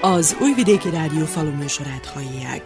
Az Újvidéki Rádió faluműsorát hallják.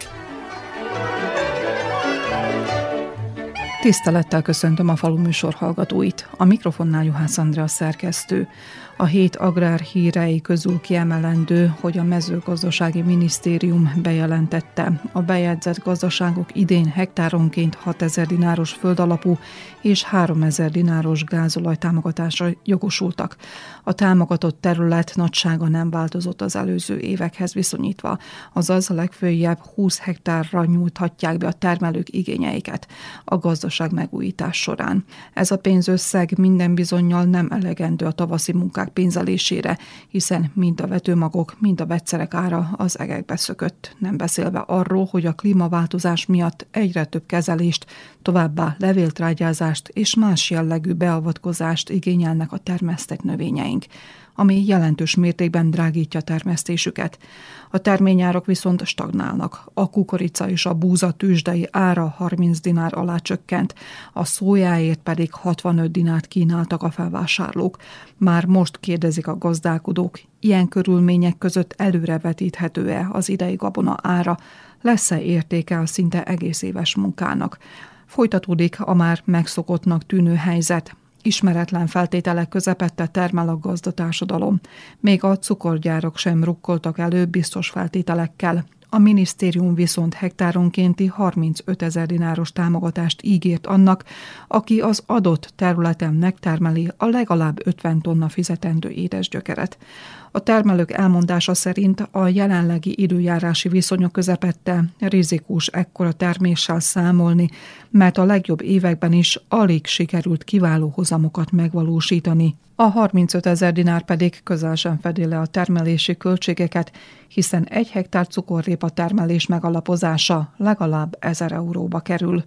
Tisztelettel köszöntöm a faluműsor hallgatóit. A mikrofonnál Juhász Andrea szerkesztő. A hét agrár hírei közül kiemelendő, hogy a mezőgazdasági minisztérium bejelentette, a bejegyzett gazdaságok idén hektáronként 6000 dináros földalapú és 3000 dináros gázolaj támogatásra jogosultak. A támogatott terület nagysága nem változott az előző évekhez viszonyítva, azaz legföljebb 20 hektárra nyújthatják be a termelők igényeiket a gazdaság megújítás során. Ez a pénzösszeg minden bizonnyal nem elegendő a tavaszi munkák pénzelésére, hiszen mind a vetőmagok, mind a vegyszerek ára az egekbe szökött, nem beszélve arról, hogy a klímaváltozás miatt egyre több kezelést, továbbá levéltrágyázást és más jellegű beavatkozást igényelnek a termesztett növényeink, ami jelentős mértékben drágítja termesztésüket. A terményárak viszont stagnálnak. A kukorica és a búza tőzsdei ára 30 dinár alá csökkent, a szójáért pedig 65 dinárt kínáltak a felvásárlók. Már most kérdezik a gazdálkodók, ilyen körülmények között előrevetíthető-e az idei gabona ára, lesz-e értéke a szinte egész éves munkának. Folytatódik a már megszokottnak tűnő helyzet. Ismeretlen feltételek közepette termel a gazdatársadalom. Még a cukorgyárak sem rukkoltak elő biztos feltételekkel. A minisztérium viszont hektáronkénti 35 000 dináros támogatást ígért annak, aki az adott területen megtermeli a legalább 50 tonna fizetendő édesgyökeret. A termelők elmondása szerint a jelenlegi időjárási viszonyok közepette rizikós ekkora terméssel számolni, mert a legjobb években is alig sikerült kiváló hozamokat megvalósítani. A 35 000 dinár pedig közel sem fedi le a termelési költségeket, hiszen 1 hektár cukorrépa termelés megalapozása legalább 1000 euróba kerül.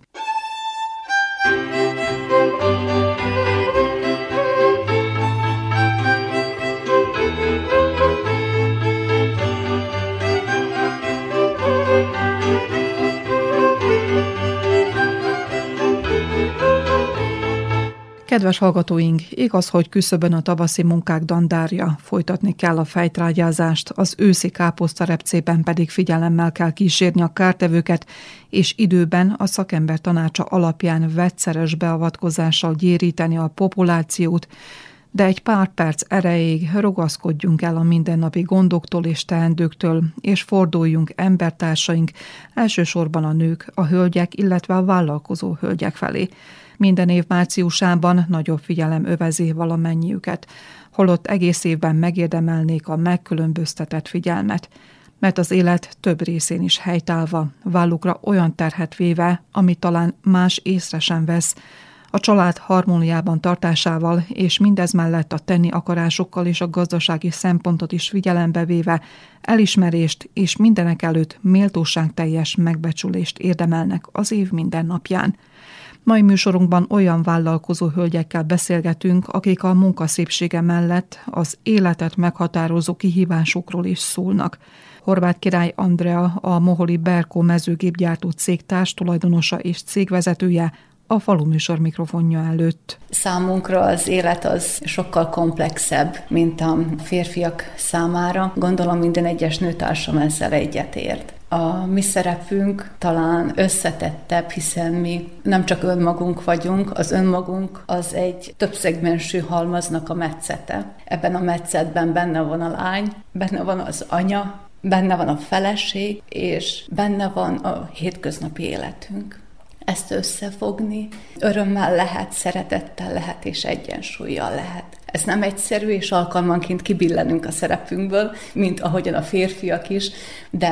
Kedves hallgatóink, igaz, hogy küszöbön a tavaszi munkák dandárja, folytatni kell a fejtrágyázást, az őszi káposztarepcében pedig figyelemmel kell kísérni a kártevőket, és időben a szakember tanácsa alapján vegyszeres beavatkozással gyéríteni a populációt, de egy pár perc erejéig ragaszkodjunk el a mindennapi gondoktól és teendőktől, és forduljunk embertársaink, elsősorban a nők, a hölgyek, illetve a vállalkozó hölgyek felé. Minden év márciusában nagyobb figyelem övezi valamennyiüket, holott egész évben megérdemelnék a megkülönböztetett figyelmet, mert az élet több részén is helytállva, vállukra olyan terhet véve, ami talán más észre sem vesz, a család harmóniában tartásával, és mindez mellett a tenni akarásokkal és a gazdasági szempontot is figyelembe véve elismerést és mindenek előtt méltóságteljes megbecsülést érdemelnek az év minden napján. Mai műsorunkban olyan vállalkozó hölgyekkel beszélgetünk, akik a munka szépsége mellett az életet meghatározó kihívásokról is szólnak. Horváth Király Andrea, a Moholi Berko mezőgépgyártó cég társtulajdonosa és cégvezetője a faluműsor mikrofonja előtt. Számunkra az élet az sokkal komplexebb, mint a férfiak számára. Gondolom minden egyes nőtársam ezzel egyetért. A mi szerepünk talán összetettebb, hiszen mi nem csak önmagunk vagyunk, az önmagunk az egy többszegmensű halmaznak a metszete. Ebben a metszetben benne van a lány, benne van az anya, benne van a feleség, és benne van a hétköznapi életünk. Ezt összefogni örömmel lehet, szeretettel lehet és egyensúllyal lehet. Ez nem egyszerű, és alkalmanként kibillenünk a szerepünkből, mint ahogyan a férfiak is, de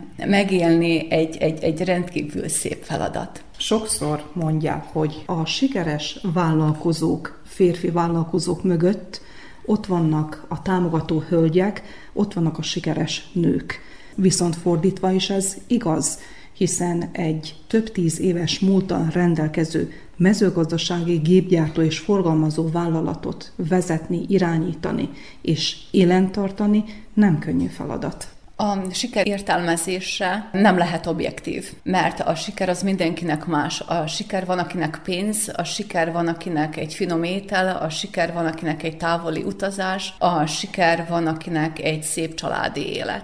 megélni egy rendkívül szép feladat. Sokszor mondják, hogy a sikeres vállalkozók, férfi vállalkozók mögött ott vannak a támogató hölgyek, ott vannak a sikeres nők. Viszont fordítva is ez igaz, hiszen egy több 10 éves múlttal rendelkező mezőgazdasági gépgyártó és forgalmazó vállalatot vezetni, irányítani és élen tartani nem könnyű feladat. A siker értelmezése nem lehet objektív, mert a siker az mindenkinek más. A siker van, akinek pénz, a siker van, akinek egy finom étel, a siker van, akinek egy távoli utazás, a siker van, akinek egy szép családi élet.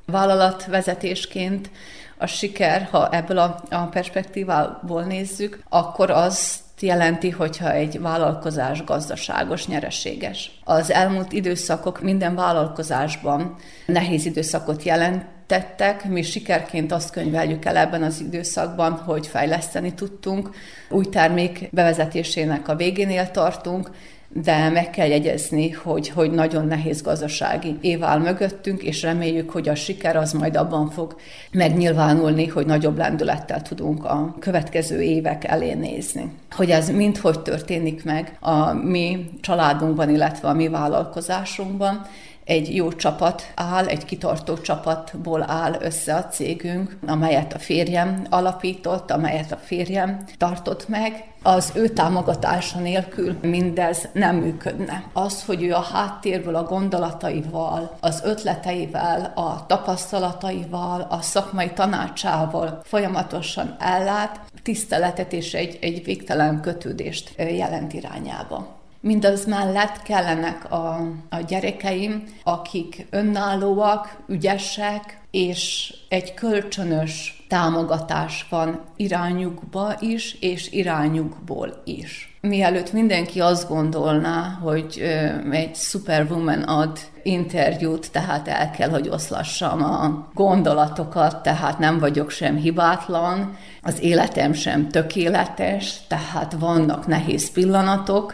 Vállalatvezetésként a siker, ha ebből a perspektívából nézzük, akkor az jelenti, hogyha egy vállalkozás gazdaságos, nyereséges. Az elmúlt időszakok minden vállalkozásban nehéz időszakot jelentettek. Mi sikerként azt könyveljük el ebben az időszakban, hogy fejleszteni tudtunk. Új termék bevezetésének a végénél tartunk, de meg kell jegyezni, hogy nagyon nehéz gazdasági év áll mögöttünk, és reméljük, hogy a siker az majd abban fog megnyilvánulni, hogy nagyobb lendülettel tudunk a következő évek elé nézni. Hogy ez mindhogy történik meg a mi családunkban, illetve a mi vállalkozásunkban. Egy jó csapat áll, egy kitartó csapatból áll össze a cégünk, amelyet a férjem alapított, amelyet a férjem tartott meg. Az ő támogatása nélkül mindez nem működne. Az, hogy ő a háttérből, a gondolataival, az ötleteivel, a tapasztalataival, a szakmai tanácsával folyamatosan ellát, tiszteletet és egy végtelen kötődést jelent irányába. Mindaz mellett kellenek a gyerekeim, akik önállóak, ügyesek, és egy kölcsönös támogatás van irányukba is, és irányukból is. Mielőtt mindenki azt gondolná, hogy egy Superwoman ad interjút, tehát el kell, hogy oszlassam a gondolatokat, tehát nem vagyok sem hibátlan, az életem sem tökéletes, tehát vannak nehéz pillanatok,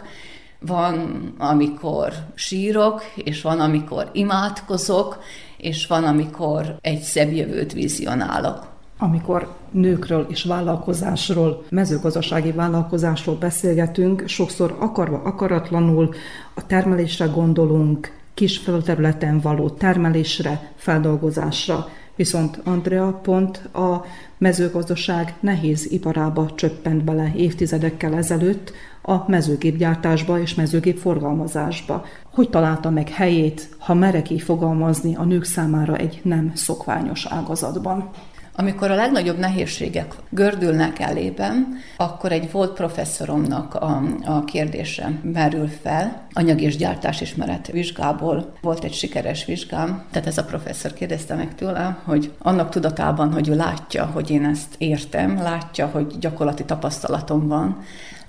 van, amikor sírok, és van, amikor imádkozok, és van, amikor egy szebb jövőt vizionálok. Amikor nőkről és vállalkozásról, mezőgazdasági vállalkozásról beszélgetünk, sokszor akarva, akaratlanul a termelésre gondolunk, kis földterületen való termelésre, feldolgozásra. Viszont Andrea pont a mezőgazdaság nehéz iparába csöppent bele évtizedekkel ezelőtt, a mezőgépgyártásba és mezőgép forgalmazásba. Hogy találta meg helyét, ha merek így fogalmazni, a nők számára egy nem szokványos ágazatban? Amikor a legnagyobb nehézségek gördülnek elében, akkor egy volt professzoromnak a kérdése merül fel. Anyag- és gyártásismeret vizsgából volt egy sikeres vizsgám, tehát ez a professzor kérdezte meg tőlem, hogy annak tudatában, hogy ő látja, hogy én ezt értem, látja, hogy gyakorlati tapasztalatom van,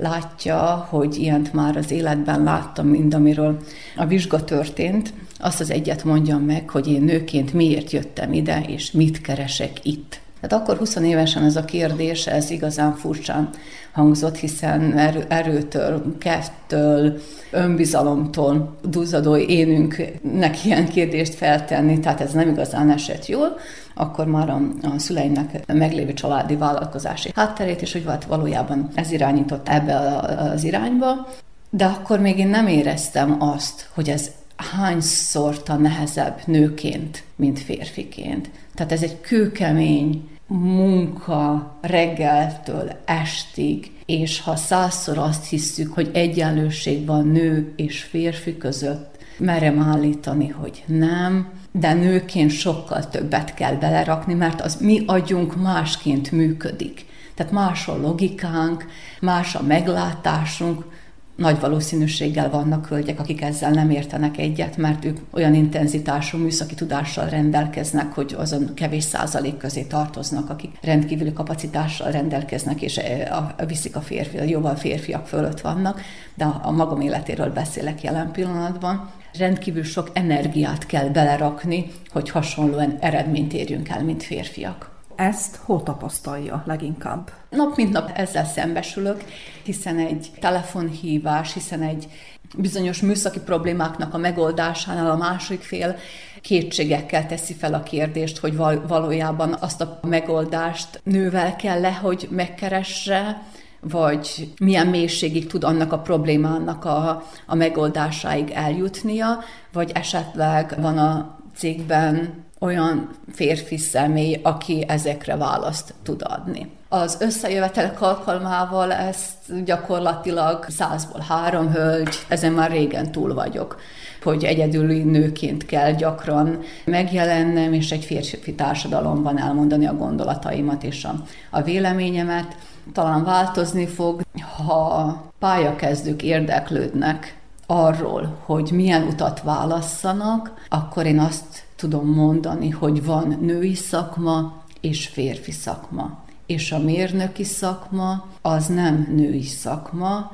látja, hogy ilyent már az életben láttam, mind amiről a vizsga történt, azt az egyet mondjam meg, hogy én nőként miért jöttem ide, és mit keresek itt. Tehát akkor 20 évesen ez a kérdés, ez igazán furcsán hangzott, hiszen erőtől, kedvtől, önbizalomtól duzzadó énünknek ilyen kérdést feltenni, tehát ez nem igazán esett jól, akkor már a szüleimnek meglévő családi vállalkozási hátterét, és hogy valójában ez irányított ebbe az irányba, de akkor még én nem éreztem azt, hogy ez hányszorta nehezebb nőként, mint férfiként. Tehát ez egy kőkemény munka reggeltől estig, és ha 100-szor azt hisszük, hogy egyenlőség van nő és férfi között, merem állítani, hogy nem, de nőként sokkal többet kell belerakni, mert az mi agyunk másként működik. Tehát más a logikánk, más a meglátásunk. Nagy valószínűséggel vannak hölgyek, akik ezzel nem értenek egyet, mert ők olyan intenzitású műszaki tudással rendelkeznek, hogy azon kevés százalék közé tartoznak, akik rendkívüli kapacitással rendelkeznek, és viszik a jóval férfiak fölött vannak, de a magam életéről beszélek jelen pillanatban. Rendkívül sok energiát kell belerakni, hogy hasonlóan eredményt érjünk el, mint férfiak. Ezt hol tapasztalja leginkább? Nap mint nap ezzel szembesülök, hiszen egy telefonhívás, hiszen egy bizonyos műszaki problémáknak a megoldásánál a másik fél kétségekkel teszi fel a kérdést, hogy valójában azt a megoldást nővel kell-e, hogy megkeresse, vagy milyen mélységig tud annak a problémának a megoldásáig eljutnia, vagy esetleg van a cégben olyan férfi személy, aki ezekre választ tud adni. Az összejövetelek alkalmával ezt gyakorlatilag 100-ból 3 hölgy, ezen már régen túl vagyok, hogy egyedüli nőként kell gyakran megjelennem, és egy férfi társadalomban elmondani a gondolataimat és a véleményemet. Talán változni fog, ha pályakezdők érdeklődnek arról, hogy milyen utat válasszanak, akkor én azt tudom mondani, hogy van női szakma és férfi szakma. És a mérnöki szakma az nem női szakma,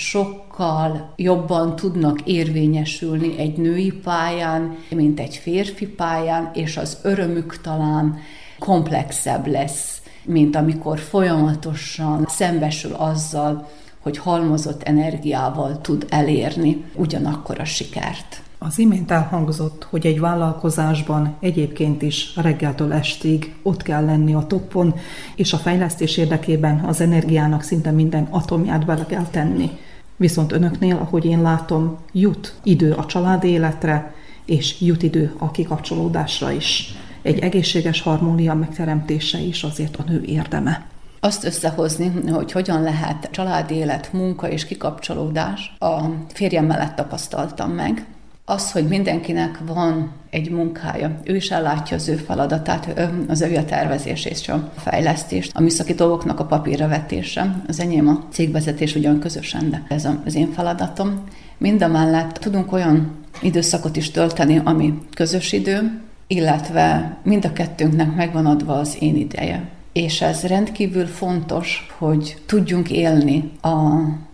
sokkal jobban tudnak érvényesülni egy női pályán, mint egy férfi pályán, és az örömük talán komplexebb lesz, mint amikor folyamatosan szembesül azzal, hogy halmozott energiával tud elérni ugyanakkor a sikert. Az imént elhangzott, hogy egy vállalkozásban egyébként is reggeltől estig ott kell lenni a toppon, és a fejlesztés érdekében az energiának szinte minden atomját bele kell tenni. Viszont önöknél, ahogy én látom, jut idő a család életre, és jut idő a kikapcsolódásra is. Egy egészséges harmónia megteremtése is azért a nő érdeme. Azt összehozni, hogy hogyan lehet családi élet, munka és kikapcsolódás, a férjem mellett tapasztaltam meg. Az, hogy mindenkinek van egy munkája, ő is ellátja az ő feladatát, az ő a tervezés és a fejlesztést, a műszaki dolgoknak a papírra vetése. Az enyém a cégvezetés ugyan közösen, de ez az én feladatom. Mindamellett tudunk olyan időszakot is tölteni, ami közös idő, illetve mind a kettőnknek megvan adva az én ideje. És ez rendkívül fontos, hogy tudjunk élni a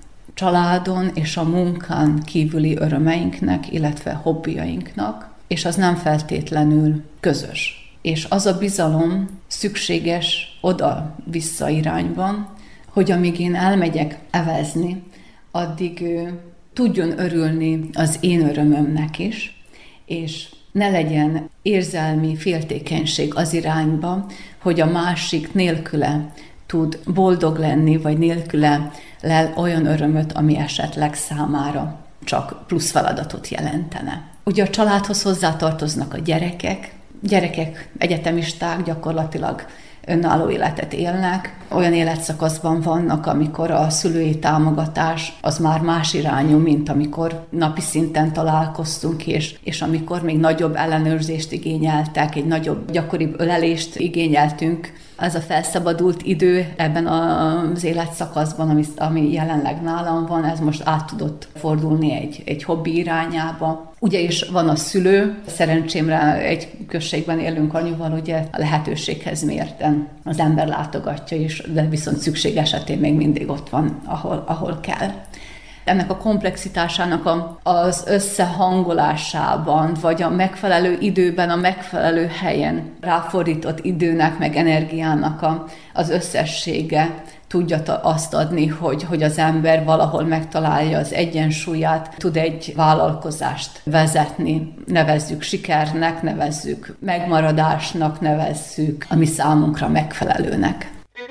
családon és a munkán kívüli örömeinknek, illetve hobbiainknak, és az nem feltétlenül közös. És az a bizalom szükséges oda-vissza irányban, hogy amíg én elmegyek evezni, addig tudjon örülni az én örömömnek is, és ne legyen érzelmi féltékenység az irányba, hogy a másik nélküle tud boldog lenni, vagy nélküle lel olyan örömöt, ami esetleg számára csak plusz feladatot jelentene. Ugye a családhoz hozzátartoznak a gyerekek, egyetemisták gyakorlatilag önálló életet élnek. Olyan életszakaszban vannak, amikor a szülői támogatás az már más irányú, mint amikor napi szinten találkoztunk, és amikor még nagyobb ellenőrzést igényeltek, egy nagyobb, gyakoribb ölelést igényeltünk. Ez a felszabadult idő ebben az életszakaszban, ami jelenleg nálam van, ez most át tudott fordulni egy hobbi irányába. Ugye is van a szülő, szerencsémre egy községben élünk anyuval, ugye a lehetőséghez mérten az ember látogatja is, de viszont szükség esetén még mindig ott van, ahol kell. Ennek a komplexitásának az összehangolásában, vagy a megfelelő időben, a megfelelő helyen ráfordított időnek, meg energiának az összessége tudja azt adni, hogy az ember valahol megtalálja az egyensúlyát, tud egy vállalkozást vezetni, nevezzük sikernek, nevezzük megmaradásnak, nevezzük, ami számunkra megfelelőnek.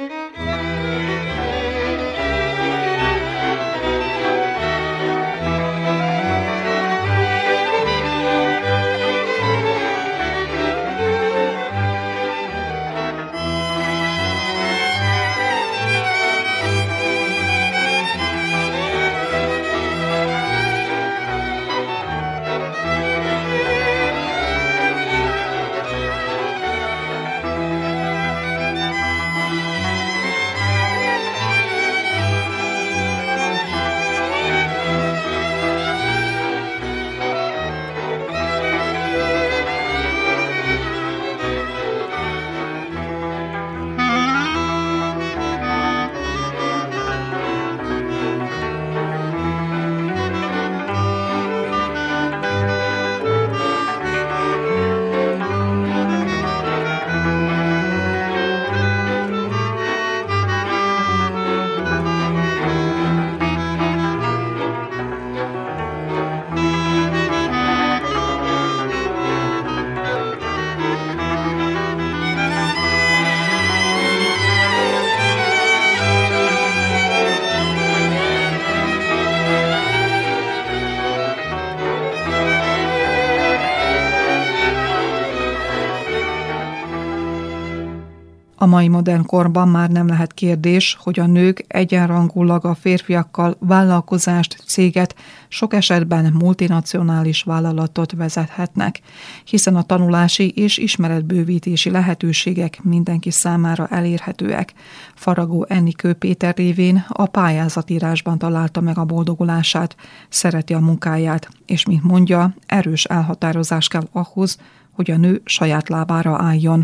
A mai modern korban már nem lehet kérdés, hogy a nők egyenrangulag a férfiakkal vállalkozást, céget, sok esetben multinacionális vállalatot vezethetnek, hiszen a tanulási és ismeretbővítési lehetőségek mindenki számára elérhetőek. Faragó Enikő Péter révén a pályázatírásban találta meg a boldogulását, szereti a munkáját, és mint mondja, erős elhatározás kell ahhoz, hogy a nő saját lábára álljon.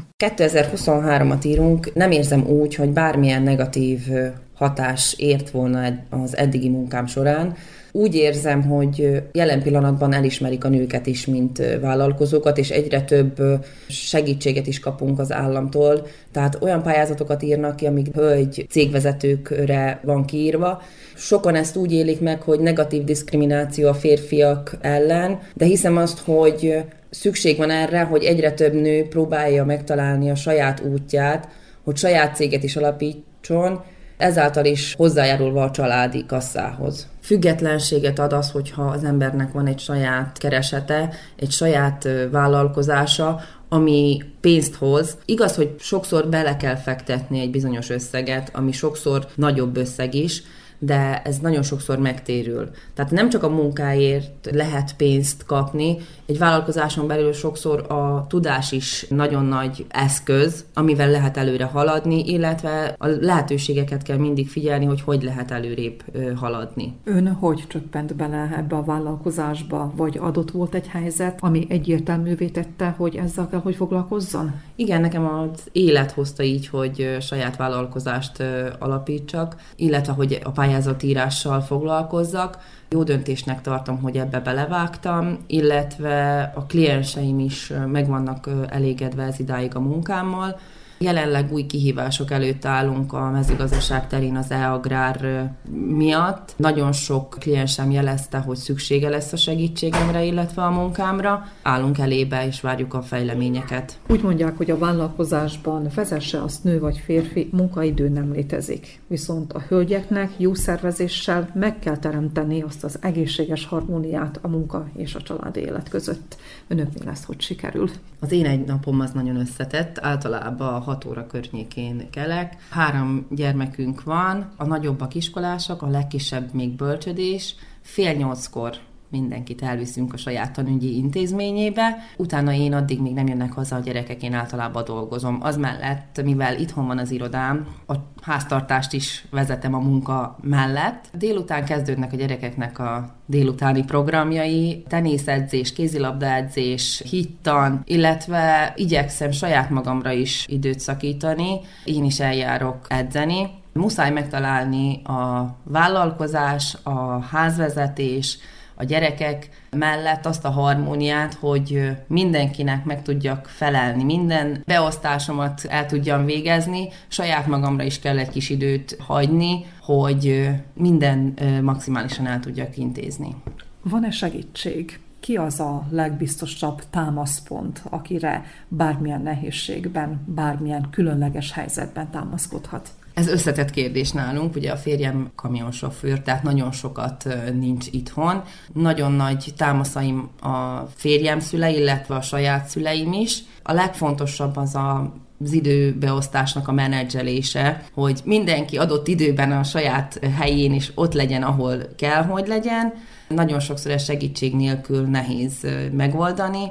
2023-at írunk, nem érzem úgy, hogy bármilyen negatív hatás ért volna az eddigi munkám során. Úgy érzem, hogy jelen pillanatban elismerik a nőket is, mint vállalkozókat, és egyre több segítséget is kapunk az államtól. Tehát olyan pályázatokat írnak ki, amik hölgy cégvezetőkre van kiírva. Sokan ezt úgy élik meg, hogy negatív diszkrimináció a férfiak ellen, de hiszem azt, hogy szükség van erre, hogy egyre több nő próbálja megtalálni a saját útját, hogy saját céget is alapítson, ezáltal is hozzájárulva a családi kasszához. Függetlenséget ad az, hogyha az embernek van egy saját keresete, egy saját vállalkozása, ami pénzt hoz. Igaz, hogy sokszor bele kell fektetni egy bizonyos összeget, ami sokszor nagyobb összeg is, de ez nagyon sokszor megtérül. Tehát nem csak a munkáért lehet pénzt kapni, egy vállalkozáson belül sokszor a tudás is nagyon nagy eszköz, amivel lehet előre haladni, illetve a lehetőségeket kell mindig figyelni, hogy lehet előrébb haladni. Ön hogy csöppent bele ebbe a vállalkozásba, vagy adott volt egy helyzet, ami egyértelművé tette, hogy ezzel kell, hogy foglalkozzon? Igen, nekem az élet hozta így, hogy saját vállalkozást alapítsak, illetve hogy a pályázatírással foglalkozzak. Jó döntésnek tartom, hogy ebbe belevágtam, illetve a klienseim is meg vannak elégedve ez idáig a munkámmal. Jelenleg új kihívások előtt állunk a mezőgazdaság terén az e-agrár miatt. Nagyon sok kliensem jelezte, hogy szüksége lesz a segítségemre, illetve a munkámra. Állunk elébe és várjuk a fejleményeket. Úgy mondják, hogy a vállalkozásban vezesse azt nő vagy férfi, munkaidő nem létezik. Viszont a hölgyeknek jó szervezéssel meg kell teremteni azt az egészséges harmóniát a munka és a családi élet között. Önöknél ez hogy sikerül? Az én egy napom az nagyon összetett, általában 6 óra környékén kelek. 3 gyermekünk van, a nagyobbak iskolások, a legkisebb még bölcsödés. 7:30-kor mindenkit elviszünk a saját tanügyi intézményébe, utána én addig még nem jönnek haza a gyerekek, én általában dolgozom. Az mellett, mivel itthon van az irodám, a háztartást is vezetem a munka mellett. Délután kezdődnek a gyerekeknek a délutáni programjai, teniszedzés, kézilabdaedzés, hittan, illetve igyekszem saját magamra is időt szakítani, én is eljárok edzeni. Muszáj megtalálni a vállalkozás, a házvezetés, a gyerekek mellett azt a harmóniát, hogy mindenkinek meg tudjak felelni, minden beosztásomat el tudjam végezni, saját magamra is kell egy kis időt hagyni, hogy minden maximálisan el tudjak intézni. Van-e segítség? Ki az a legbiztosabb támaszpont, akire bármilyen nehézségben, bármilyen különleges helyzetben támaszkodhat? Ez összetett kérdés nálunk, ugye a férjem kamionsofőr, tehát nagyon sokat nincs itthon. Nagyon nagy támaszaim a férjem szülei, illetve a saját szüleim is. A legfontosabb az az időbeosztásnak a menedzselése, hogy mindenki adott időben a saját helyén is ott legyen, ahol kell, hogy legyen. Nagyon sokszor ez segítség nélkül nehéz megoldani,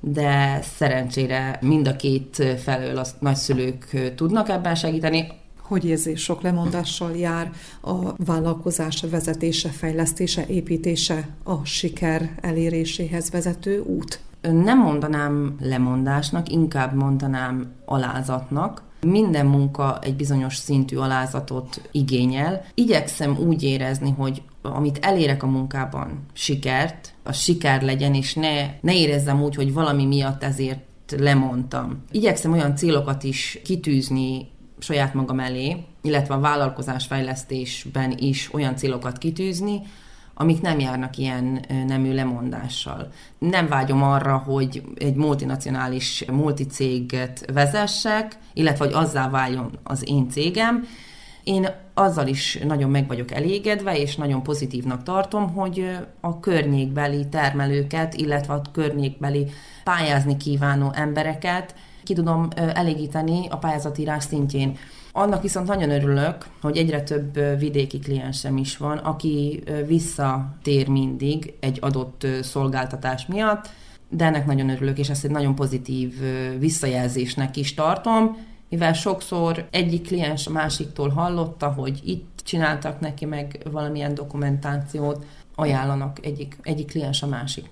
de szerencsére mind a két felől a nagyszülők tudnak ebben segíteni. Hogy érzi, sok lemondással jár a vállalkozás vezetése, fejlesztése, építése a siker eléréséhez vezető út? Nem mondanám lemondásnak, inkább mondanám alázatnak. Minden munka egy bizonyos szintű alázatot igényel. Igyekszem úgy érezni, hogy amit elérek a munkában sikert, az siker legyen, és ne érezzem úgy, hogy valami miatt ezért lemondtam. Igyekszem olyan célokat is kitűzni saját magam elé, illetve a vállalkozásfejlesztésben is olyan célokat kitűzni, amik nem járnak ilyen nemű lemondással. Nem vágyom arra, hogy egy multinacionális multicéget vezessek, illetve hogy azzá váljon az én cégem. Én azzal is nagyon meg vagyok elégedve, és nagyon pozitívnak tartom, hogy a környékbeli termelőket, illetve a környékbeli pályázni kívánó embereket ki tudom elégíteni a pályázatírás szintjén. Annak viszont nagyon örülök, hogy egyre több vidéki kliensem is van, aki visszatér mindig egy adott szolgáltatás miatt, de ennek nagyon örülök, és ezt egy nagyon pozitív visszajelzésnek is tartom, mivel sokszor egyik kliens a másiktól hallotta, hogy itt csináltak neki meg valamilyen dokumentációt, ajánlanak egyik kliens a másiknak.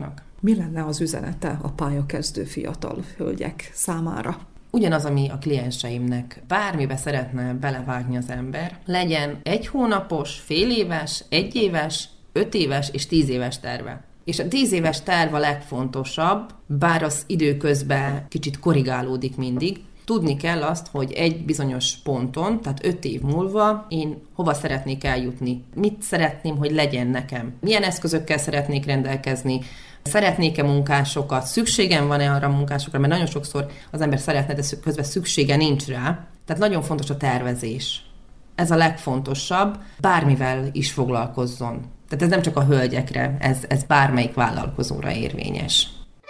Mi lenne az üzenete a pályakezdő fiatal hölgyek számára? Ugyanaz, ami a klienseimnek. Bármibe szeretne belevágni az ember, legyen 1 hónapos, fél éves, 1 éves, 5 éves és 10 éves terve. És a 10 éves terv a legfontosabb, bár az időközben kicsit korrigálódik mindig. Tudni kell azt, hogy egy bizonyos ponton, tehát 5 év múlva én hova szeretnék eljutni, mit szeretném, hogy legyen nekem, milyen eszközökkel szeretnék rendelkezni, szeretnék-e munkásokat, szükségem van-e arra a munkásokra, mert nagyon sokszor az ember szeretne, de közben szüksége nincs rá. Tehát nagyon fontos a tervezés. Ez a legfontosabb, bármivel is foglalkozzon. Tehát ez nem csak a hölgyekre, ez bármelyik vállalkozóra érvényes.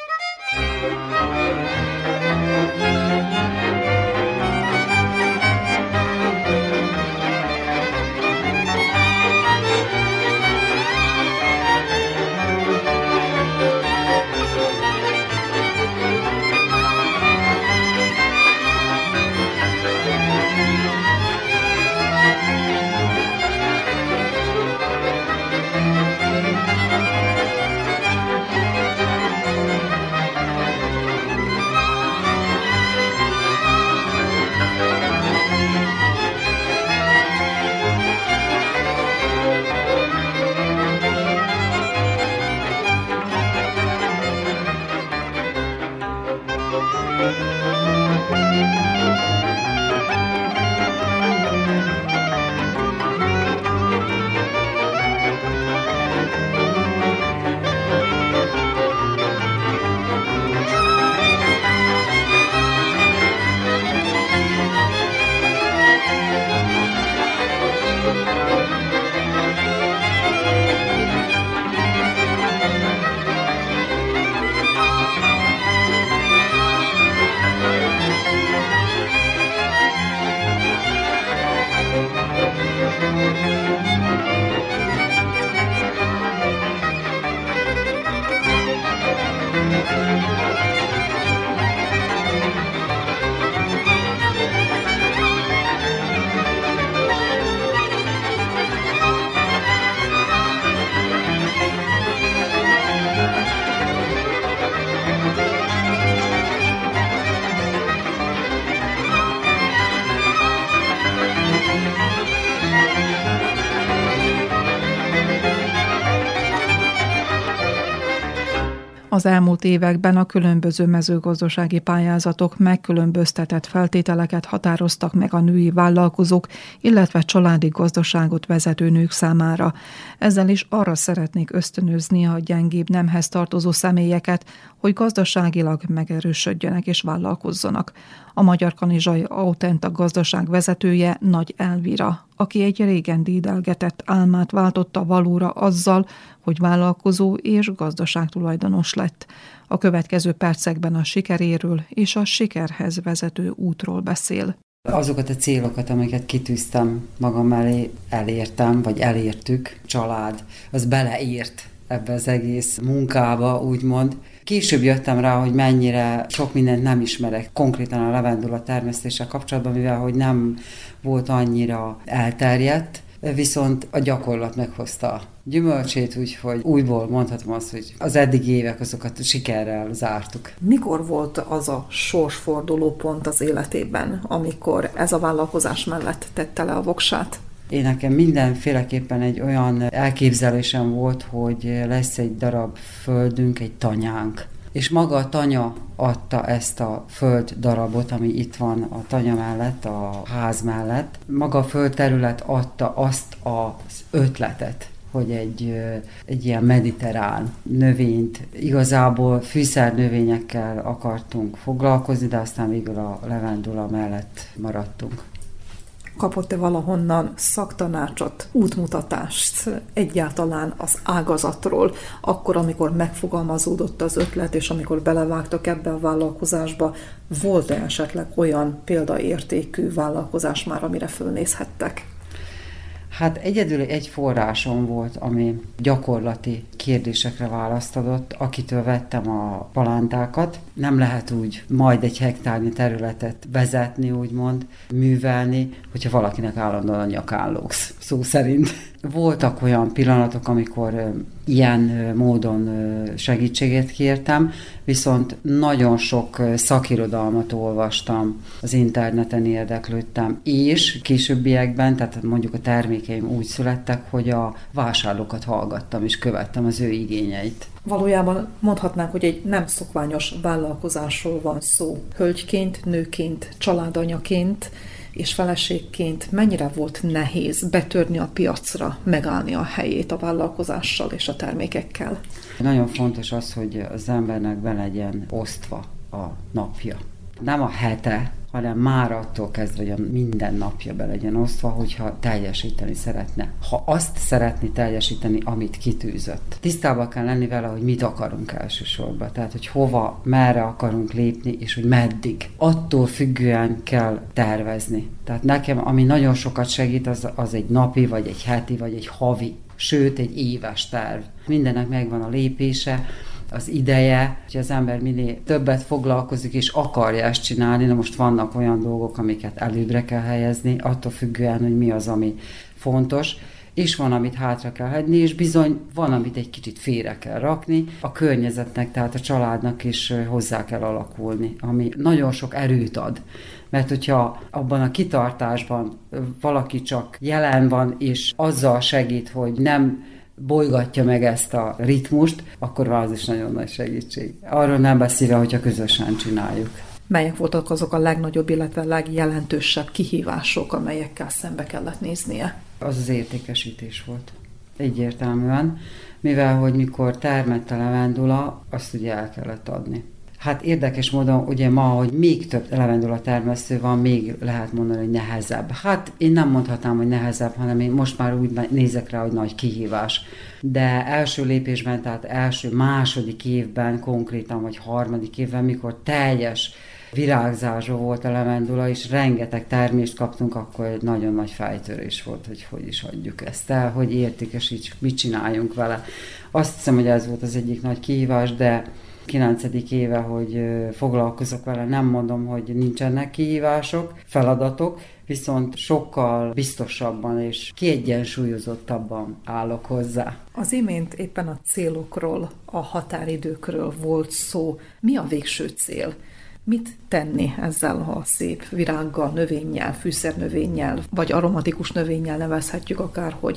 Az elmúlt években a különböző mezőgazdasági pályázatok megkülönböztetett feltételeket határoztak meg a női vállalkozók, illetve családi gazdaságot vezető nők számára. Ezzel is arra szeretnék ösztönözni a gyengébb nemhez tartozó személyeket, hogy gazdaságilag megerősödjenek és vállalkozzanak. A Magyar Kanizsai Autenta gazdaság vezetője Nagy Elvira, aki egy régen dédelgetett álmát váltotta valóra azzal, hogy vállalkozó és gazdaságtulajdonos lett. A következő percekben a sikeréről és a sikerhez vezető útról beszél. Azokat a célokat, amiket kitűztem magam elé, elértem, vagy elértük, család, az beleírt ebbe az egész munkába, úgymond. Később jöttem rá, hogy mennyire sok mindent nem ismerek, konkrétan a levendula termesztéssel kapcsolatban, mivel hogy nem volt annyira elterjedt, viszont a gyakorlat meghozta a gyümölcsét, úgyhogy újból mondhatom azt, hogy az eddigi évek azokat sikerrel zártuk. Mikor volt az a sorsforduló pont az életében, amikor ez a vállalkozás mellett tette le a voksát? Én nekem mindenféleképpen egy olyan elképzelésem volt, hogy lesz egy darab földünk, egy tanyánk. És maga a tanya adta ezt a föld darabot, ami itt van a tanya mellett, a ház mellett. Maga a földterület adta azt az ötletet, hogy egy ilyen mediterrán növényt, igazából fűszernövényekkel akartunk foglalkozni, de aztán végül a levendula mellett maradtunk. Kapott-e valahonnan szaktanácsot, útmutatást egyáltalán az ágazatról, akkor, amikor megfogalmazódott az ötlet, és amikor belevágtak ebbe a vállalkozásba, volt-e esetleg olyan példaértékű vállalkozás már, amire fölnézhettek? Hát egyedül egy forrásom volt, ami gyakorlati kérdésekre választ adott, akitől vettem a palántákat. Nem lehet úgy majd egy hektárnyi területet vezetni, úgymond, művelni, hogyha valakinek állandóan a nyakán lógsz, szó szerint. Voltak olyan pillanatok, amikor ilyen módon segítséget kértem, viszont nagyon sok szakirodalmat olvastam, az interneten érdeklődtem, és későbbiekben, tehát mondjuk a termékeim úgy születtek, hogy a vásárlókat hallgattam és követtem az ő igényeit. Valójában mondhatnánk, hogy egy nem szokványos vállalkozásról van szó. Hölgyként, nőként, családanyaként és feleségként mennyire volt nehéz betörni a piacra, megállni a helyét a vállalkozással és a termékekkel? Nagyon fontos az, hogy az embernek be legyen osztva a napja. Nem a hete, hanem már attól kezdve, hogy a minden napja be legyen osztva, hogyha teljesíteni szeretne. Ha azt szeretné teljesíteni, amit kitűzött. Tisztában kell lenni vele, hogy mit akarunk elsősorban. Tehát, hogy hova, merre akarunk lépni, és hogy meddig. Attól függően kell tervezni. Tehát nekem, ami nagyon sokat segít, az egy napi, vagy egy heti, vagy egy havi, sőt, egy éves terv. Mindennek megvan a lépése, az ideje, hogy az ember minél többet foglalkozik és akarja ezt csinálni. Na most vannak olyan dolgok, amiket előbbre kell helyezni, attól függően, hogy mi az, ami fontos, és van, amit hátra kell hagyni, és bizony van, amit egy kicsit félre kell rakni. A környezetnek, tehát a családnak is hozzá kell alakulni, ami nagyon sok erőt ad. Mert hogyha abban a kitartásban valaki csak jelen van, és azzal segít, hogy nem bolygatja meg ezt a ritmust, akkor az is nagyon nagy segítség. Arról nem beszélve, hogyha közösen csináljuk. Melyek voltak azok a legnagyobb, illetve legjelentősebb kihívások, amelyekkel szembe kellett néznie? Az értékesítés volt. Egyértelműen, mivel hogy mikor termett a levendula, azt ugye el kellett adni. Hát érdekes módon, ugye ma, hogy még több levendula termesztő van, még lehet mondani, hogy nehezebb. Hát én nem mondhatnám, hogy nehezebb, hanem én most már úgy nézek rá, hogy nagy kihívás. De első lépésben, tehát második évben konkrétan, vagy harmadik évben, mikor teljes virágzásra volt a levendula, és rengeteg termést kaptunk, akkor nagyon nagy fejtörés volt, hogy is adjuk ezt el, hogy értékesítsük, mit csináljunk vele. Azt hiszem, hogy ez volt az egyik nagy kihívás, de 9. éve, hogy foglalkozok vele, nem mondom, hogy nincsenek kihívások, feladatok, viszont sokkal biztosabban és kiegyensúlyozottabban állok hozzá. Az imént éppen a célokról, a határidőkről volt szó. Mi a végső cél? Mit tenni ezzel a szép virággal, növényel, fűszernövényel, vagy aromatikus növényel nevezhetjük akár, hogy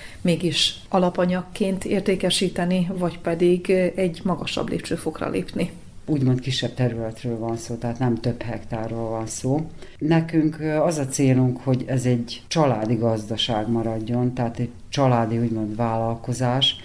mégis alapanyagként értékesíteni, vagy pedig egy magasabb lépcsőfokra lépni? Úgymond kisebb területről van szó, tehát nem több hektárról van szó. Nekünk az a célunk, hogy ez egy családi gazdaság maradjon, tehát egy családi úgymond vállalkozás,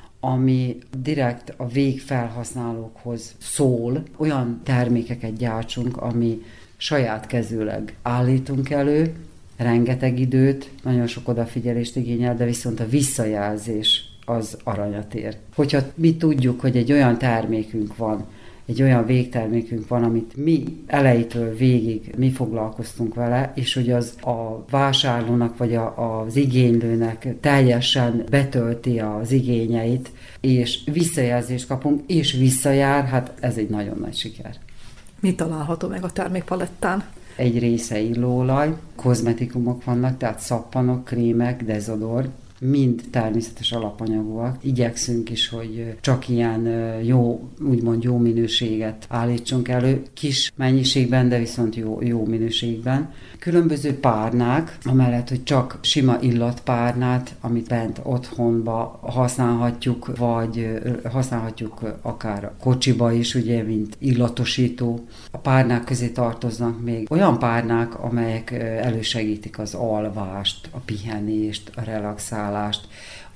ami direkt a végfelhasználókhoz szól. Olyan termékeket gyártsunk, ami saját kezűleg állítunk elő, rengeteg időt, nagyon sok odafigyelést igényel, de viszont a visszajelzés az aranyat ér. Hogyha mi tudjuk, hogy egy olyan termékünk van, egy olyan végtermékünk van, amit mi elejétől végig mi foglalkoztunk vele, és hogy az a vásárlónak vagy az igénylőnek teljesen betölti az igényeit, és visszajelzést kapunk, és visszajár, hát ez egy nagyon nagy siker. Mi található meg a termékpalettán? Egy része illóolaj, kozmetikumok vannak, tehát szappanok, krémek, dezodor, mind természetes alapanyagúak. Igyekszünk is, hogy csak ilyen jó, úgymond jó minőséget állítsunk elő, kis mennyiségben, de viszont jó minőségben. Különböző párnák, amellett, hogy csak sima illatpárnát, amit bent otthonba használhatjuk, vagy használhatjuk akár a kocsiba is, ugye, mint illatosító. A párnák közé tartoznak még olyan párnák, amelyek elősegítik az alvást, a pihenést, a relaxálást,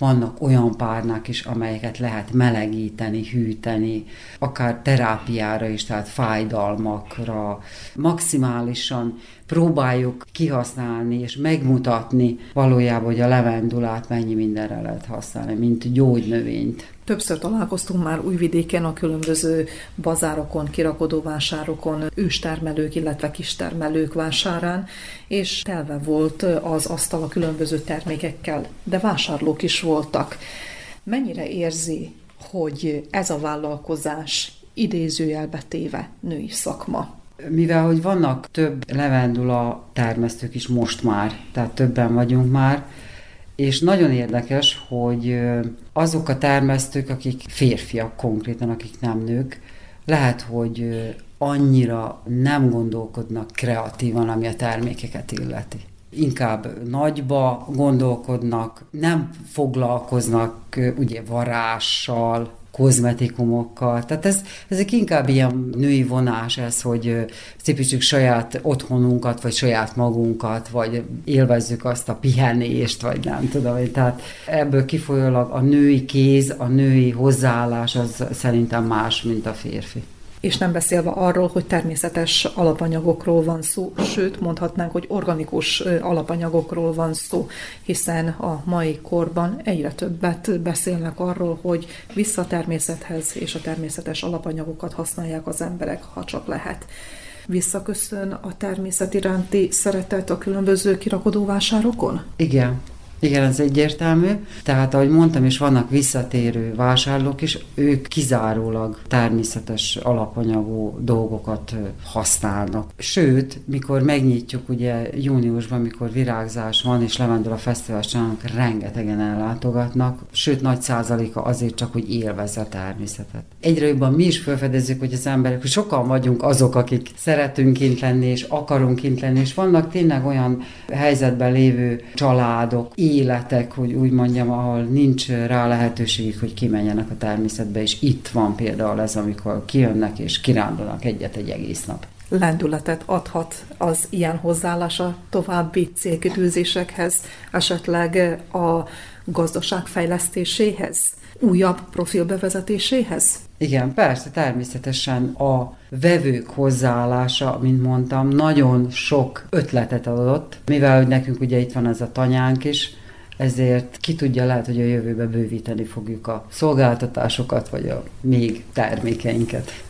vannak olyan párnák is, amelyeket lehet melegíteni, hűteni, akár terápiára is, tehát fájdalmakra. Maximálisan próbáljuk kihasználni és megmutatni valójában, hogy a levendulát mennyi mindenre lehet használni, mint gyógynövényt. Többször találkoztunk már Újvidéken a különböző bazárokon, kirakodóvásárokon, őstermelők, illetve kistermelők vásárán, és telve volt az asztal a különböző termékekkel, de vásárlók is voltak. Mennyire érzi, hogy ez a vállalkozás idézőjelbe téve női szakma? Mivel, hogy vannak több levendula termesztők is most már, tehát többen vagyunk már, és nagyon érdekes, hogy azok a termesztők, akik férfiak konkrétan, akik nem nők, lehet, hogy annyira nem gondolkodnak kreatívan, ami a termékeket illeti. Inkább nagyba gondolkodnak, nem foglalkoznak ugye varással, kozmetikumokkal. Tehát ezek inkább ilyen női vonás ez, hogy szépítsük saját otthonunkat, vagy saját magunkat, vagy élvezzük azt a pihenést, vagy nem tudom. Tehát ebből kifolyólag a női kéz, a női hozzáállás az szerintem más, mint a férfi. És nem beszélve arról, hogy természetes alapanyagokról van szó, sőt, mondhatnánk, hogy organikus alapanyagokról van szó, hiszen a mai korban egyre többet beszélnek arról, hogy vissza a természethez és a természetes alapanyagokat használják az emberek, ha csak lehet. Visszaköszön a természet iránti szeretet a különböző kirakodóvásárokon? Igen, ez egyértelmű. Tehát, ahogy mondtam, és vannak visszatérő vásárlók is, ők kizárólag természetes alapanyagú dolgokat használnak. Sőt, mikor megnyitjuk, ugye júniusban, mikor virágzás van, és levendula fesztivált csinálnak, rengetegen ellátogatnak, sőt, nagy százaléka azért csak, hogy élvezze a természetet. Egyre jobban mi is felfedezzük, hogy az emberek, hogy sokan vagyunk azok, akik szeretünk kint lenni, és akarunk kint lenni, és vannak tényleg olyan helyzetben lévő családok, életek, hogy úgy mondjam, ahol nincs rá lehetőségük, hogy kimenjenek a természetbe, és itt van például ez, amikor kijönnek és kirándulnak egyet egy egész nap. Lendületet adhat az ilyen hozzáállás a további célkitűzésekhez, esetleg a gazdaság fejlesztéséhez, újabb profil bevezetéséhez? Igen, persze, természetesen a vevők hozzáállása, mint mondtam, nagyon sok ötletet adott, mivel hogy nekünk ugye itt van ez a tanyánk is, ezért ki tudja, lehet, hogy a jövőben bővíteni fogjuk a szolgáltatásokat, vagy a még termékeinket.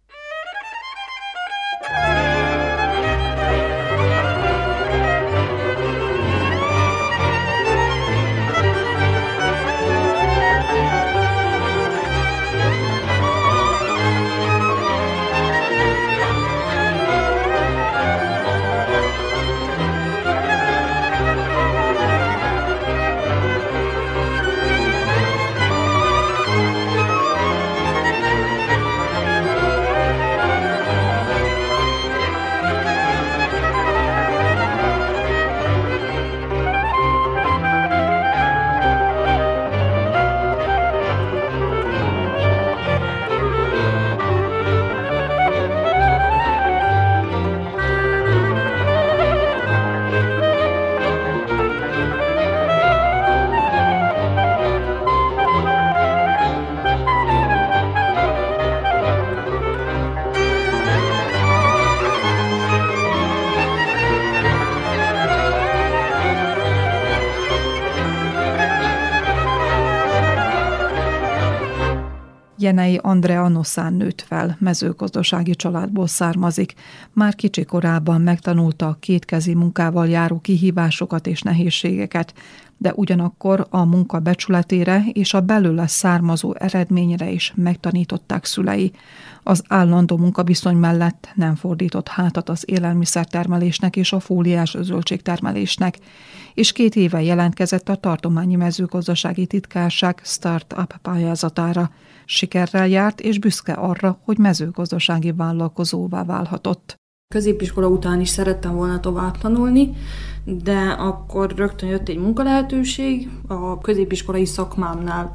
Jenei Andrea Noszán nőtt fel, mezőgazdasági családból származik. Már kicsi korában megtanulta a kétkezi munkával járó kihívásokat és nehézségeket, de ugyanakkor a munka becsületére és a belőle származó eredményre is megtanították szülei. Az állandó munkaviszony mellett nem fordított hátat az élelmiszertermelésnek és a fóliás zöldségtermelésnek, és 2 éve jelentkezett a tartományi mezőgazdasági titkárság Startup pályázatára. Sikerrel járt, és büszke arra, hogy mezőgazdasági vállalkozóvá válhatott. Középiskola után is szerettem volna tovább tanulni, de akkor rögtön jött egy munkalehetőség a középiskolai szakmámnál,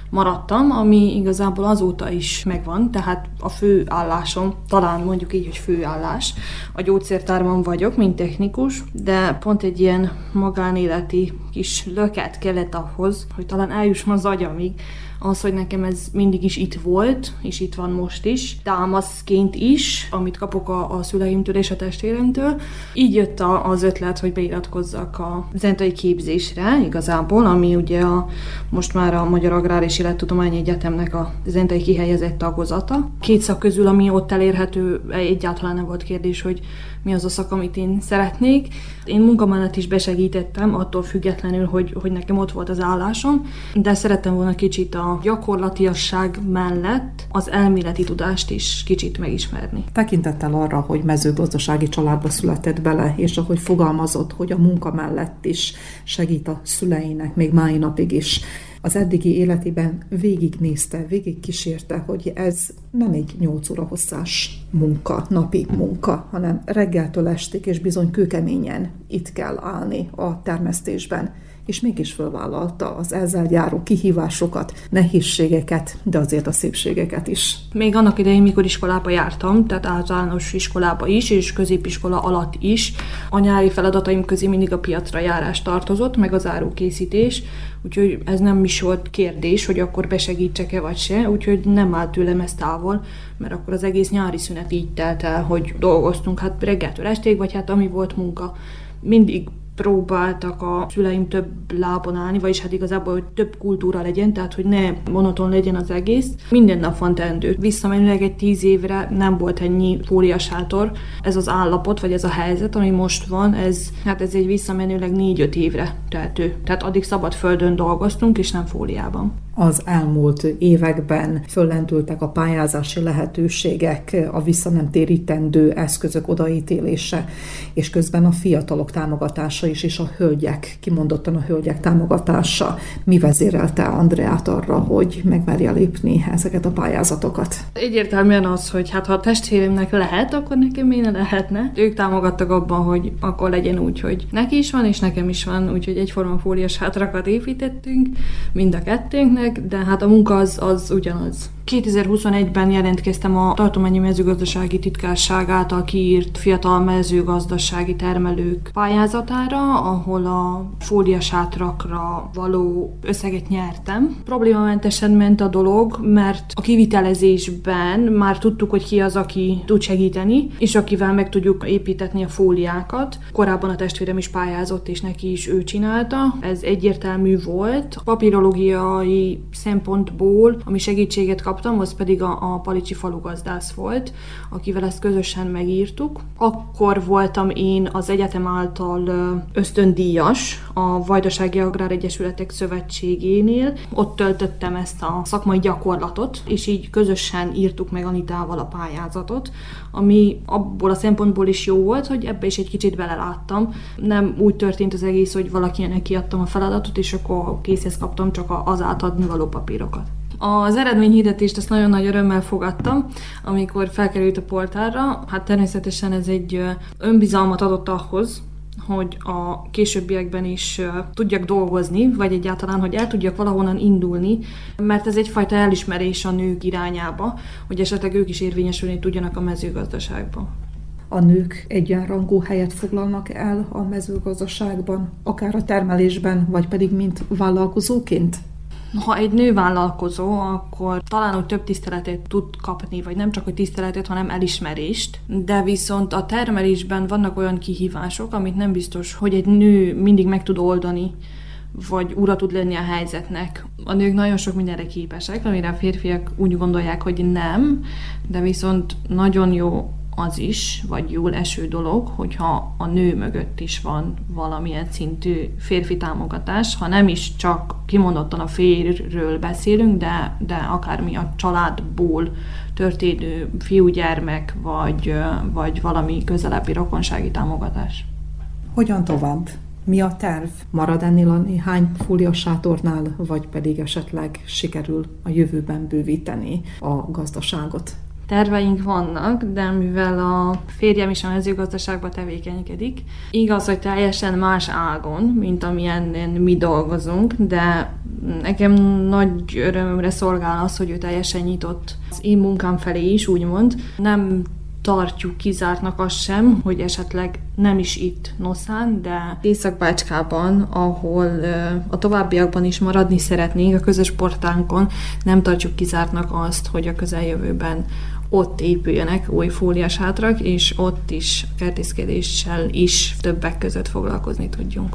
maradtam, ami igazából azóta is megvan, tehát a fő állásom, talán mondjuk így, hogy főállás. A gyógyszertárban vagyok, mint technikus, de pont egy ilyen magánéleti kis löket kellett ahhoz, hogy talán eljusson az agyamig, az, hogy nekem ez mindig is itt volt, és itt van most is, támaszként is, amit kapok a szüleimtől és a testvéremtől. Így jött az ötlet, hogy beiratkozzak a zentai képzésre igazából, ami ugye most már a Magyar Agrár és Élettudományi Egyetemnek a zentai kihelyezett tagozata. 2 szak közül, ami ott elérhető, egyáltalán nem volt kérdés, hogy mi az a szak, amit én szeretnék. Én munka mellett is besegítettem, attól függetlenül, hogy nekem ott volt az állásom, de szerettem volna kicsit a gyakorlatiasság mellett az elméleti tudást is kicsit megismerni. Tekintettel arra, hogy mezőgazdasági családba született bele, és ahogy fogalmazott, hogy a munka mellett is segít a szüleinek, még mai napig is, az eddigi életében végignézte, végigkísérte, hogy ez nem egy 8 óra hosszás munka, napi munka, hanem reggeltől estig, és bizony kőkeményen itt kell állni a termesztésben, és mégis fölvállalta az ezzel járó kihívásokat, nehézségeket, de azért a szépségeket is. Még annak idején, mikor iskolába jártam, tehát általános iskolába is, és középiskola alatt is, a nyári feladataim közé mindig a piacra járás tartozott, meg az árukészítés, úgyhogy ez nem is volt kérdés, hogy akkor besegítsek-e vagy se, úgyhogy nem állt tőlem ez távol, mert akkor az egész nyári szünet így telt el, hogy dolgoztunk, hát reggeltől estig, vagy hát ami volt munka. Mindig próbáltak a szüleim több lábon állni, vagyis hát igazából, hogy több kultúra legyen, tehát hogy ne monoton legyen az egész. Minden nap van teendő. Visszamenőleg egy 10 évre nem volt ennyi fóliasátor. Ez az állapot, vagy ez a helyzet, ami most van, ez egy visszamenőleg 4-5 évre tehető. Tehát addig szabad földön dolgoztunk, és nem fóliában. Az elmúlt években föllendültek a pályázási lehetőségek, a vissza nem térítendő eszközök odaítélése, és közben a fiatalok támogatása is, és a hölgyek, kimondottan a hölgyek támogatása. Mi vezérelte Andreát arra, hogy megmerje lépni ezeket a pályázatokat? Egyértelműen az, hogy hát ha a testvéremnek lehet, akkor nekem miért ne lehetne. Ők támogattak abban, hogy akkor legyen úgy, hogy neki is van, és nekem is van, úgyhogy egyforma fóliás hátrakat építettünk, mind a kettőnknek, de hát a munka az ugyanaz. 2021-ben jelentkeztem a Tartományi Mezőgazdasági Titkárság által kiírt fiatal mezőgazdasági termelők pályázatára, ahol a fóliasátrakra való összeget nyertem. Problémamentesen ment a dolog, mert a kivitelezésben már tudtuk, hogy ki az, aki tud segíteni, és akivel meg tudjuk építetni a fóliákat. Korábban a testvérem is pályázott, és neki is ő csinálta. Ez egyértelmű volt. Papírológiai szempontból, ami segítséget kaptam, az pedig a palicsi falugazdász volt, akivel ezt közösen megírtuk. Akkor voltam én az egyetem által ösztöndíjas a Vajdasági Agráregyesületek Szövetségénél. Ott töltöttem ezt a szakmai gyakorlatot, és így közösen írtuk meg Anitával a pályázatot, ami abból a szempontból is jó volt, hogy ebbe is egy kicsit beleláttam. Nem úgy történt az egész, hogy valakinek kiadtam a feladatot, és akkor készhez kaptam csak az átadni való papírokat. Az eredményhirdetést azt nagyon nagy örömmel fogadtam, amikor felkerült a portálra. Hát természetesen ez egy önbizalmat adott ahhoz, hogy a későbbiekben is tudjak dolgozni, vagy egyáltalán, hogy el tudjak valahonnan indulni, mert ez egyfajta elismerés a nők irányába, hogy esetleg ők is érvényesülni tudjanak a mezőgazdaságban. A nők egyenrangú helyet foglalnak el a mezőgazdaságban, akár a termelésben, vagy pedig mint vállalkozóként? Ha egy nő vállalkozó, akkor talán úgy több tiszteletet tud kapni, vagy nem csak hogy tiszteletet, hanem elismerést, de viszont a termelésben vannak olyan kihívások, amit nem biztos, hogy egy nő mindig meg tud oldani, vagy ura tud lenni a helyzetnek. A nők nagyon sok mindenre képesek, amire a férfiak úgy gondolják, hogy nem, de viszont nagyon jó az is, vagy jól eső dolog, hogyha a nő mögött is van valamilyen szintű férfi támogatás, ha nem is csak kimondottan a férjről beszélünk, de akármi a családból történő fiúgyermek, vagy valami közelebbi rokonsági támogatás. Hogyan tovább? Mi a terv? Marad ennél a néhány fóliasátornál, vagy pedig esetleg sikerül a jövőben bővíteni a gazdaságot? terveink vannak, de mivel a férjem is a mezőgazdaságban tevékenykedik, igaz, hogy teljesen más ágon, mint amilyen mi dolgozunk, de nekem nagy örömömre szolgál az, hogy ő teljesen nyitott az én munkám felé is, úgymond. Nem tartjuk kizártnak azt sem, hogy esetleg nem is itt Noszán, de Észak-Bácskában, ahol a továbbiakban is maradni szeretnénk a közös portánkon, nem tartjuk kizártnak azt, hogy a közeljövőben ott épüljenek új fóliashátrak, és ott is kertészkedéssel is többek között foglalkozni tudjunk.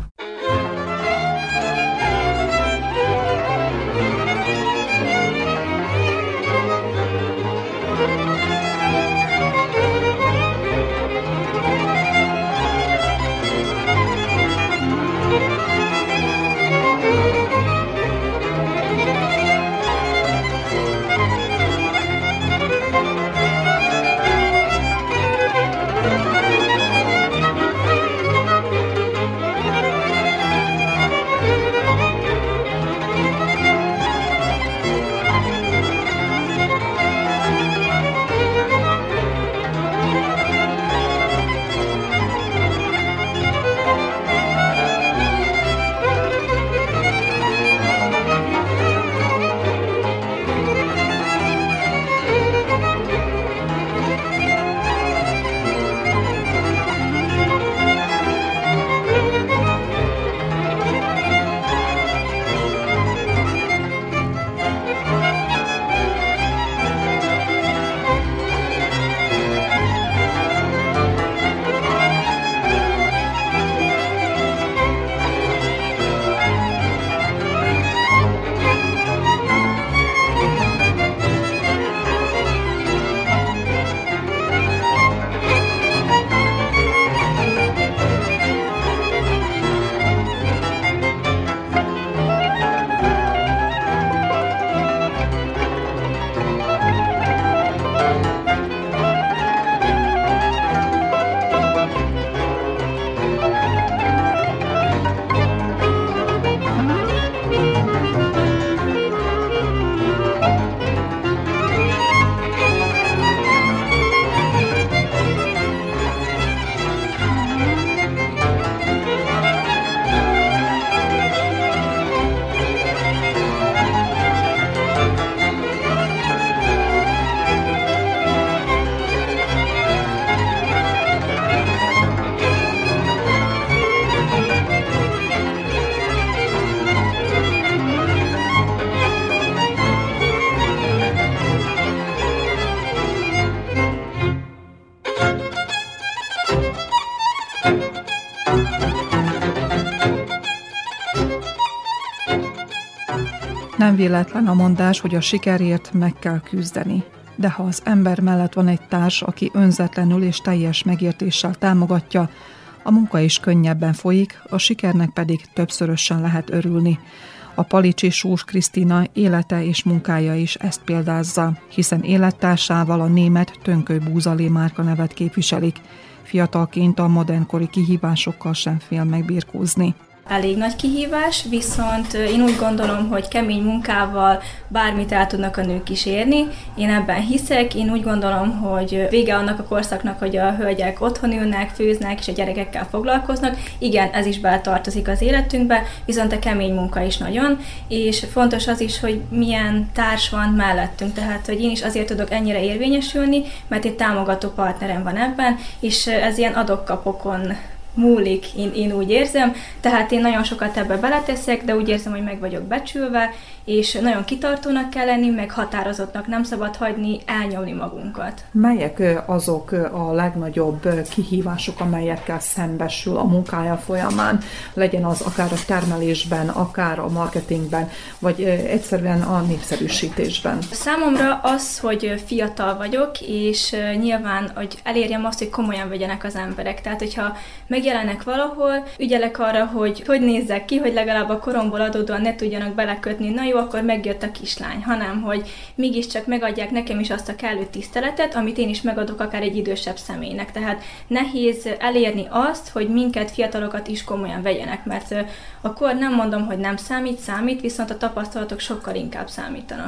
Nem véletlen a mondás, hogy a sikerért meg kell küzdeni. De ha az ember mellett van egy társ, aki önzetlenül és teljes megértéssel támogatja, a munka is könnyebben folyik, a sikernek pedig többszörösen lehet örülni. A Palicsi Sós Krisztina élete és munkája is ezt példázza, hiszen élettársával a német Tönköly Búzalé márkanevet képviselik. Fiatalként a modernkori kihívásokkal sem fél megbirkózni. Elég nagy kihívás, viszont én úgy gondolom, hogy kemény munkával bármit el tudnak a nők is érni. Én ebben hiszek, én úgy gondolom, hogy vége annak a korszaknak, hogy a hölgyek otthon ülnek, főznek és a gyerekekkel foglalkoznak. Igen, ez is beletartozik az életünkbe, viszont a kemény munka is nagyon, és fontos az is, hogy milyen társ van mellettünk, tehát hogy én is azért tudok ennyire érvényesülni, mert egy támogató partnerem van ebben, és ez ilyen adok-kapokon múlik, én úgy érzem, tehát én nagyon sokat ebbe beleteszek, de úgy érzem, hogy meg vagyok becsülve, és nagyon kitartónak kell lenni, meg határozottnak, nem szabad hagyni elnyomni magunkat. Melyek azok a legnagyobb kihívások, amelyekkel szembesül a munkája folyamán, legyen az akár a termelésben, akár a marketingben, vagy egyszerűen a népszerűsítésben? Számomra az, hogy fiatal vagyok, és nyilván, hogy elérjem azt, hogy komolyan vegyenek az emberek. Tehát, hogyha megjelenek valahol, ügyelek arra, hogy nézzek ki, hogy legalább a koromból adódóan ne tudjanak belekötni, na jó, akkor megjött a kislány, hanem, hogy mégiscsak megadják nekem is azt a kellő tiszteletet, amit én is megadok akár egy idősebb személynek. Tehát nehéz elérni azt, hogy minket, fiatalokat is komolyan vegyenek, mert a kor nem mondom, hogy nem számít, viszont a tapasztalatok sokkal inkább számítanak.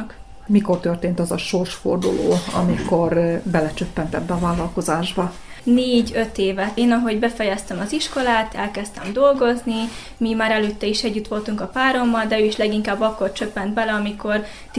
Mikor történt az a sorsforduló, amikor belecsöppent ebbe a vállalkozásba? 4-5 évet. Én, ahogy befejeztem az iskolát, elkezdtem dolgozni, mi már előtte is együtt voltunk a párommal, de ő is leginkább akkor csöppent bele, amikor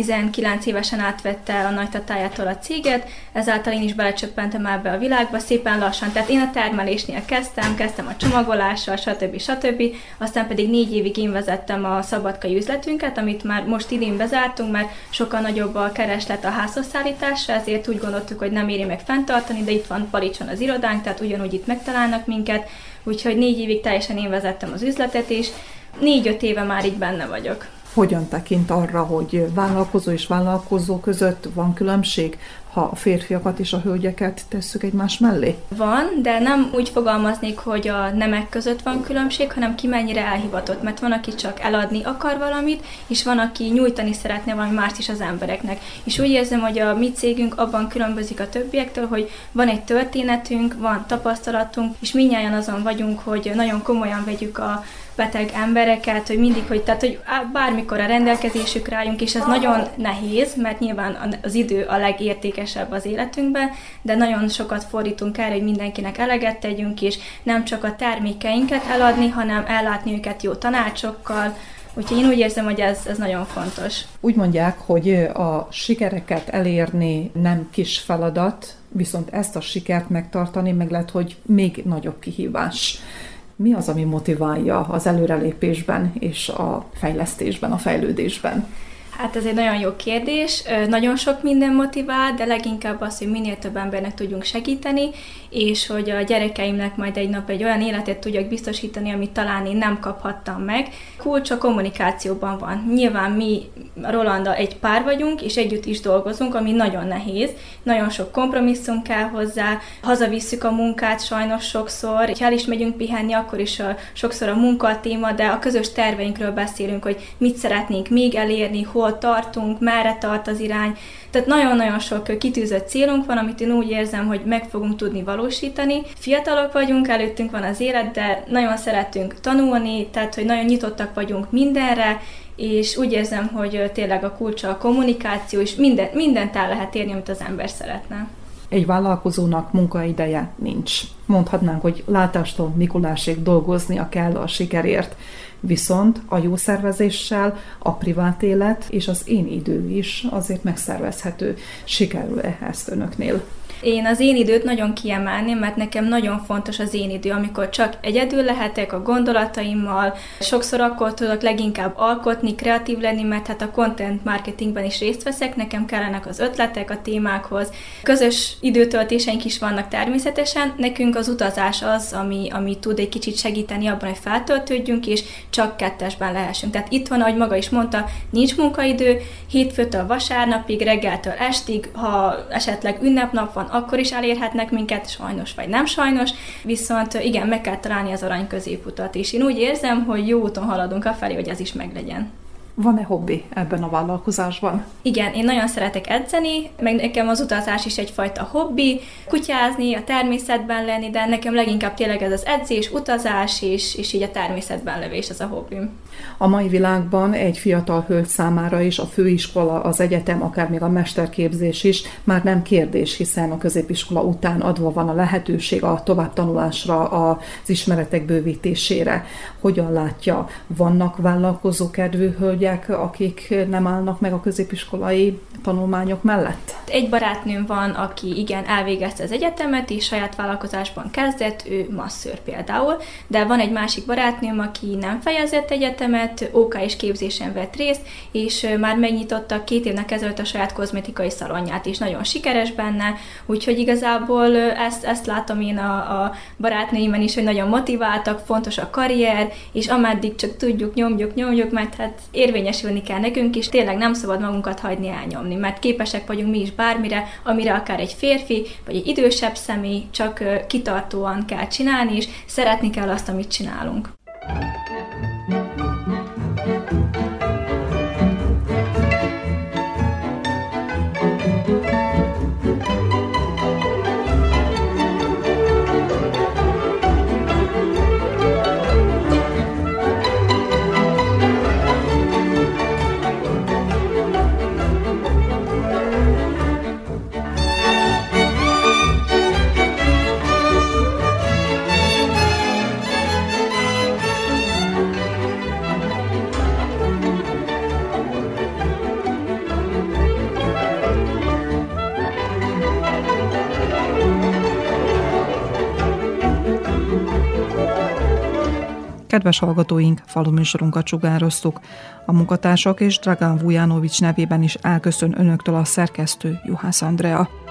19 évesen átvette a nagytatájától a céget, ezáltal én is belecsöppentem ebbe a világba, szépen lassan. Tehát én a termelésnél kezdtem a csomagolással, stb. Aztán pedig 4 évig én vezettem a szabadkai üzletünket, amit már most idén bezártunk, mert sokkal nagyobb a kereslet a házhoz szállításra, ezért úgy gondoltuk, hogy nem éri meg fenntartani, de itt van Palicson az irodánk, tehát ugyanúgy itt megtalálnak minket, úgyhogy 4 évig teljesen én vezettem az üzletet, és 4-5 éve már így benne vagyok. Hogyan tekint arra, hogy vállalkozó és vállalkozó között van különbség, ha a férfiakat és a hölgyeket tesszük egymás mellé? Van, de nem úgy fogalmaznék, hogy a nemek között van különbség, hanem ki mennyire elhivatott, mert van, aki csak eladni akar valamit, és van, aki nyújtani szeretne valami mást is az embereknek. És úgy érzem, hogy a mi cégünk abban különbözik a többiektől, hogy van egy történetünk, van tapasztalatunk, és mindnyájan azon vagyunk, hogy nagyon komolyan vegyük a beteg embereket, hogy mindig, hogy bármikor a rendelkezésükre álljunk, és ez nagyon nehéz, mert nyilván az idő a legértékesebb az életünkben, de nagyon sokat fordítunk erre, hogy mindenkinek eleget tegyünk, és nem csak a termékeinket eladni, hanem ellátni őket jó tanácsokkal, úgyhogy én úgy érzem, hogy ez nagyon fontos. Úgy mondják, hogy a sikereket elérni nem kis feladat, viszont ezt a sikert megtartani meg lehet, hogy még nagyobb kihívás. Mi az, ami motiválja az előrelépésben és a fejlesztésben, a fejlődésben? Hát ez egy nagyon jó kérdés. Nagyon sok minden motivál, de leginkább az, hogy minél több embernek tudjunk segíteni, és hogy a gyerekeimnek majd egy nap egy olyan életet tudjak biztosítani, amit talán én nem kaphattam meg. Kulcs a kommunikációban van. Nyilván mi Rolanda egy pár vagyunk, és együtt is dolgozunk, ami nagyon nehéz. Nagyon sok kompromisszum kell hozzá, hazavisszük a munkát sajnos sokszor, ha el is megyünk pihenni, akkor is sokszor a munka a téma, de a közös terveinkről beszélünk, hogy mit szeretnénk még elérni, hol tartunk, merre tart az irány. Tehát nagyon-nagyon sok kitűzött célunk van, amit én úgy érzem, hogy meg fogunk tudni valósítani. Fiatalok vagyunk, előttünk van az élet, de nagyon szeretünk tanulni, tehát hogy nagyon nyitottak vagyunk mindenre, és úgy érzem, hogy tényleg a kulcsa a kommunikáció, és mindent el lehet érni, amit az ember szeretne. Egy vállalkozónak munkaideje nincs. Mondhatnánk, hogy látástól Mikulásig dolgoznia kell a sikerért. Viszont a jó szervezéssel a privát élet és az én idő is azért megszervezhető. Sikerül-e ezt önöknél? Én az én időt nagyon kiemelném, mert nekem nagyon fontos az én idő, amikor csak egyedül lehetek a gondolataimmal. Sokszor akkor tudok leginkább alkotni, kreatív lenni, mert hát a content marketingben is részt veszek, nekem kellenek az ötletek a témákhoz. Közös időtöltéseink is vannak természetesen. Nekünk az utazás az, ami tud egy kicsit segíteni abban, hogy feltöltődjünk, és csak kettesben lehessünk. Tehát itt van, ahogy maga is mondta, nincs munkaidő, hétfőtől vasárnapig, reggeltől estig, ha esetleg ünnepnap van, akkor is elérhetnek minket, sajnos vagy nem sajnos, viszont igen, meg kell találni az arany középutat, és én úgy érzem, hogy jó úton haladunk afelé, hogy ez is meglegyen. Van-e hobbi ebben a vállalkozásban? Igen, én nagyon szeretek edzeni, meg nekem az utazás is egyfajta hobbi, kutyázni, a természetben lenni, de nekem leginkább tényleg ez az edzés, utazás és így a természetben levés az a hobbim. A mai világban egy fiatal hölgy számára is a főiskola, az egyetem, akár még a mesterképzés is már nem kérdés, hiszen a középiskola után adva van a lehetőség a továbbtanulásra, az ismeretek bővítésére. Hogyan látja, vannak vállalkozókedvű hölgyek, akik nem állnak meg a középiskolai tanulmányok mellett? Egy barátnőm van, aki igen, elvégezte az egyetemet, és saját vállalkozásban kezdett, ő masszőr például, de van egy másik barátnőm, aki nem fejezett egyetemet, OK és képzésen vett részt, és már megnyitotta 2 évnek ezelőtt a saját kozmetikai szalonját, és nagyon sikeres benne, úgyhogy igazából ezt látom én a barátnőimen is, hogy nagyon motiváltak, fontos a karrier, és ameddig csak tudjuk, nyomjuk, mert hát érvényesülni kell nekünk, és tényleg nem szabad magunkat hagyni elnyomni, mert képesek vagyunk mi is bármire, amire akár egy férfi, vagy egy idősebb személy, csak kitartóan kell csinálni, és szeretni kell azt, amit csinálunk. Kedves hallgatóink, faluműsorunkat sugároztuk. A munkatársak és Dragan Vujanovics nevében is elköszön önöktől a szerkesztő, Juhász Andrea.